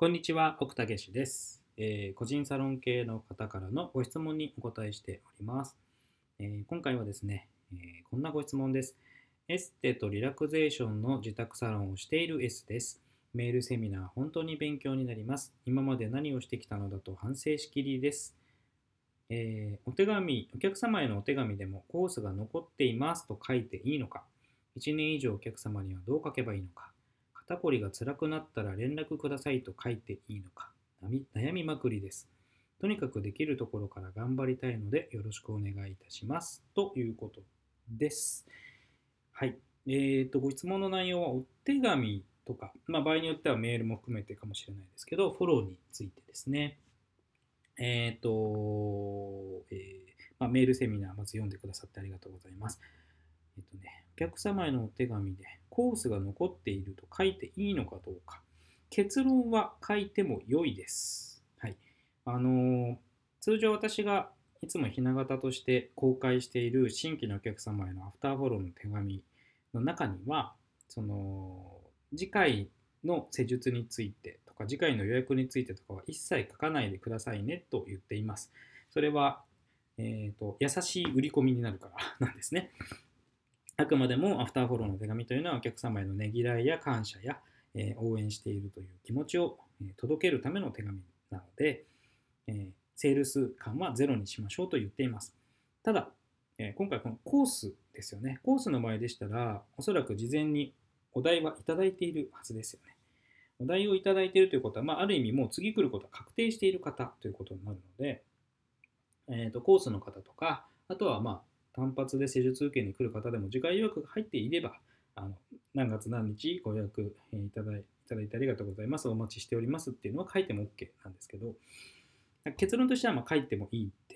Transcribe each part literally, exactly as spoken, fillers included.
こんにちは、奥武史です、えー個人サロン系の方からのご質問にお答えしております。えー今回はですね、えーこんなご質問です。エステとリラクゼーションの自宅サロンをしている S です。メールセミナー本当に勉強になります。今まで何をしてきたのだと反省しきりです。えーお手紙、お客様へのお手紙でもコースが残っていますと書いていいのか、いちねん以上お客様にはどう書けばいいのか、肩こりが辛くなったら連絡くださいと書いていいのか、悩みまくりです。とにかくできるところから頑張りたいのでよろしくお願いいたします。ということです。はい。えーと、ご質問の内容はお手紙とか、まあ、場合によってはメールも含めてかもしれないですけど、フォローについてですね。えっと、えーまあ、メールセミナーまず読んでくださってありがとうございます。えっとね、お客様へのお手紙でコースが残っていると書いていいのかどうか。結論は書いても良いです。はい。あのー通常私がいつもひな形として公開している新規のお客様へのアフターフォローの手紙の中には、その次回の施術についてとか次回の予約についてとかは一切書かないでくださいねと言っています。それは、えーと、優しい売り込みになるからなんですね。あくまでもアフターフォローの手紙というのはお客様へのねぎらいや感謝や、えー応援しているという気持ちを、えー届けるための手紙なので、えーセールス感はゼロにしましょうと言っています。ただ、えー今回このコースですよね。コースの場合でしたら、おそらく事前にお題はいただいているはずですよね。お題をいただいているということは、まあ、ある意味もう次来ることは確定している方ということになるので、えーと、コースの方とか、あとはまあ単発で施術受けに来る方でも次回予約が入っていれば、あの何月何日ご予約いただいいただいてありがとうございます、お待ちしておりますっていうのは書いても OK なんですけど、結論としてはまあ書いてもいいです。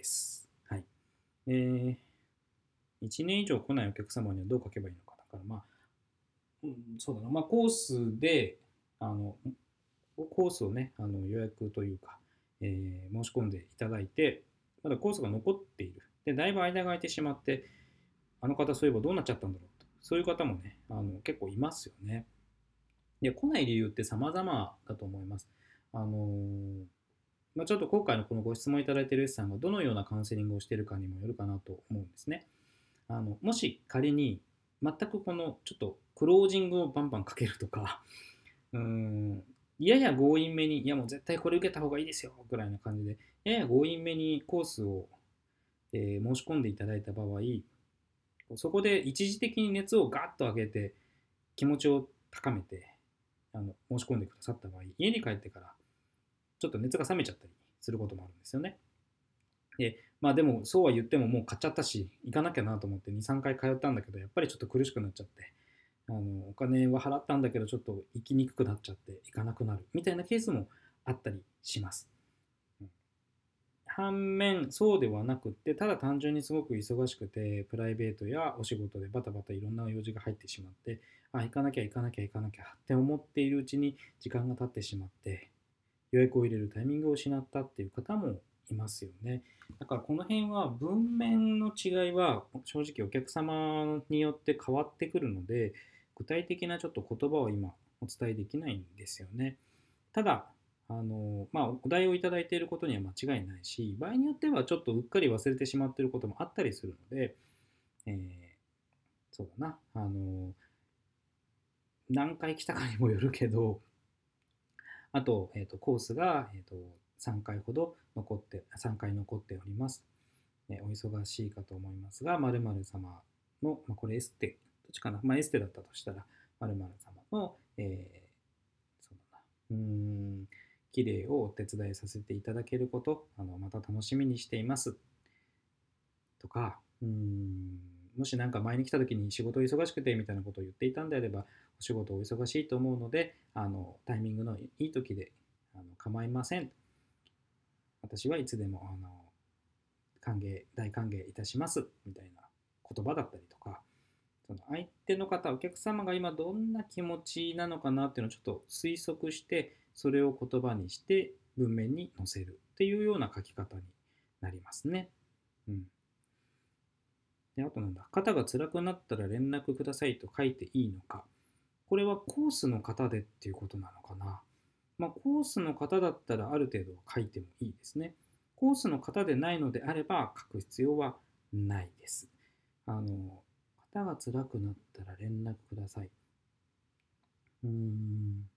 はい。えー、いちねん以上来ないお客様にはどう書けばいいのか。だからまあ、うん、そうだな、まあ、コースで、あの、コースをね、あの予約というか、えー申し込んでいただいて、まだコースが残っている。で、だいぶ間が空いてしまって、あの方そういえばどうなっちゃったんだろうと。そういう方もね、あの結構いますよね。で、来ない理由って様々だと思います。あのーまあ、ちょっと今回のこのご質問いただいている S さんがどのようなカウンセリングをしているかにもよるかなと思うんですね。あのもし仮に全くこのちょっとクロージングをバンバンかけるとか、うーん、やや強引めに、いやもう絶対これ受けた方がいいですよぐらいな感じで、やや強引めにコースを、えー申し込んでいただいた場合、そこで一時的に熱をガッと上げて気持ちを高めてあの申し込んでくださった場合、家に帰ってからちょっと熱が冷めちゃったりすることもあるんですよね。で、まあでもそうは言ってももう買っちゃったし、行かなきゃなと思ってに、さんかい通ったんだけど、やっぱりちょっと苦しくなっちゃって、あのお金は払ったんだけど、ちょっと行きにくくなっちゃって行かなくなるみたいなケースもあったりします。反面、そうではなくって、ただ単純にすごく忙しくて、プライベートやお仕事でバタバタいろんな用事が入ってしまって、あ、行かなきゃ行かなきゃ行かなきゃって思っているうちに時間が経ってしまって、予約を入れるタイミングを失ったっていう方もいますよね。だからこの辺は文面の違いは正直お客様によって変わってくるので、具体的なちょっと言葉を今お伝えできないんですよね。ただ、あのまあ、お題をいただいていることには間違いないし、場合によってはちょっとうっかり忘れてしまっていることもあったりするので、えーそうだな、あの何回来たかにもよるけど、あと、えーと、コースが、えーと、さんかいほど残って、さんかい残っております。えーお忙しいかと思いますが、〇〇様の、まあ、これエステ、どっちかな、まあ、エステだったとしたら、〇〇様の、えーそうだな、うーん、綺麗をお手伝いさせていただけること、あのまた楽しみにしていますとか、うーん、もしなんか前に来た時に仕事忙しくてみたいなことを言っていたんであれば、お仕事お忙しいと思うので、あのタイミングのいい時であの構いません。私はいつでもあの歓迎、大歓迎いたしますみたいな言葉だったりとか、その相手の方、お客様が今どんな気持ちなのかなっていうのをちょっと推測して、それを言葉にして文面に載せるっていうような書き方になりますね。うん。で、あとなんだ、肩が辛くなったら連絡くださいと書いていいのか。これはコースの方でっていうことなのかな。 まあ、コースの方だったらある程度は書いてもいいですね。コースの方でないのであれば書く必要はないです。あの、肩が辛くなったら連絡ください。うーん、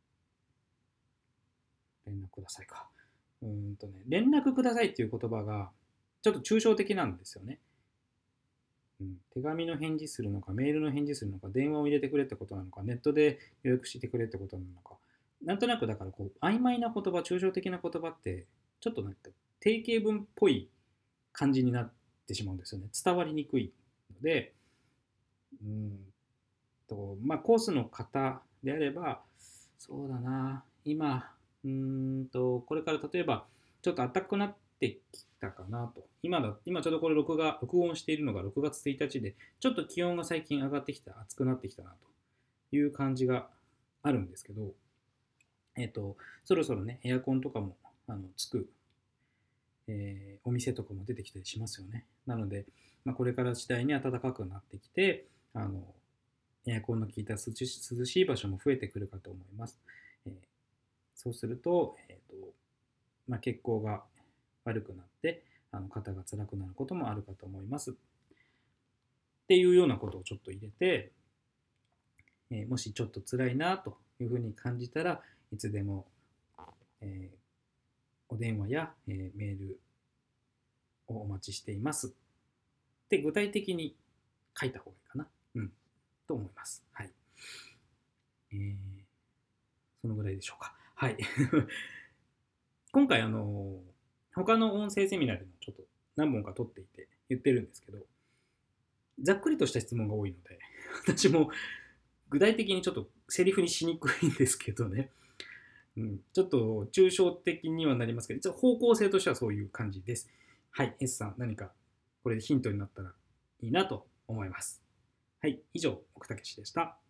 連絡くださいか。うーんとね、連絡くださいっていう言葉がちょっと抽象的なんですよね。うん、手紙の返事するのか、メールの返事するのか、電話を入れてくれってことなのか、ネットで予約してくれってことなのか、なんとなくだからこう曖昧な言葉、抽象的な言葉って、ちょっとなんか定型文っぽい感じになってしまうんですよね。伝わりにくいので、うんとまあ、コースの方であれば、そうだな、今、うーんと、これから例えば、ちょっと暖かくなってきたかなと。今だ、今ちょうどこれ録画、録音しているのがろくがつついたちで、ちょっと気温が最近上がってきた、暑くなってきたなという感じがあるんですけど、えっと、そろそろね、エアコンとかもあのつく、えーお店とかも出てきたりしますよね。なので、まあ、これから次第に暖かくなってきて、あのエアコンの効いた涼し涼しい場所も増えてくるかと思います。えーそうすると、えーとまあ、血行が悪くなってあの肩が辛くなることもあるかと思います。っていうようなことをちょっと入れて、えーもしちょっと辛いなというふうに感じたらいつでも、えーお電話や、えーメールをお待ちしていますって具体的に書いた方がいいかな、うん、と思います。はい。えーそのぐらいでしょうか。はい。今回、あの、他の音声セミナーでもちょっと何本か取っていて言ってるんですけど、ざっくりとした質問が多いので、私も具体的にちょっとセリフにしにくいんですけどね、うん、ちょっと抽象的にはなりますけど、一応方向性としてはそういう感じです。はい、S さん、何かこれでヒントになったらいいなと思います。はい、以上、奥武でした。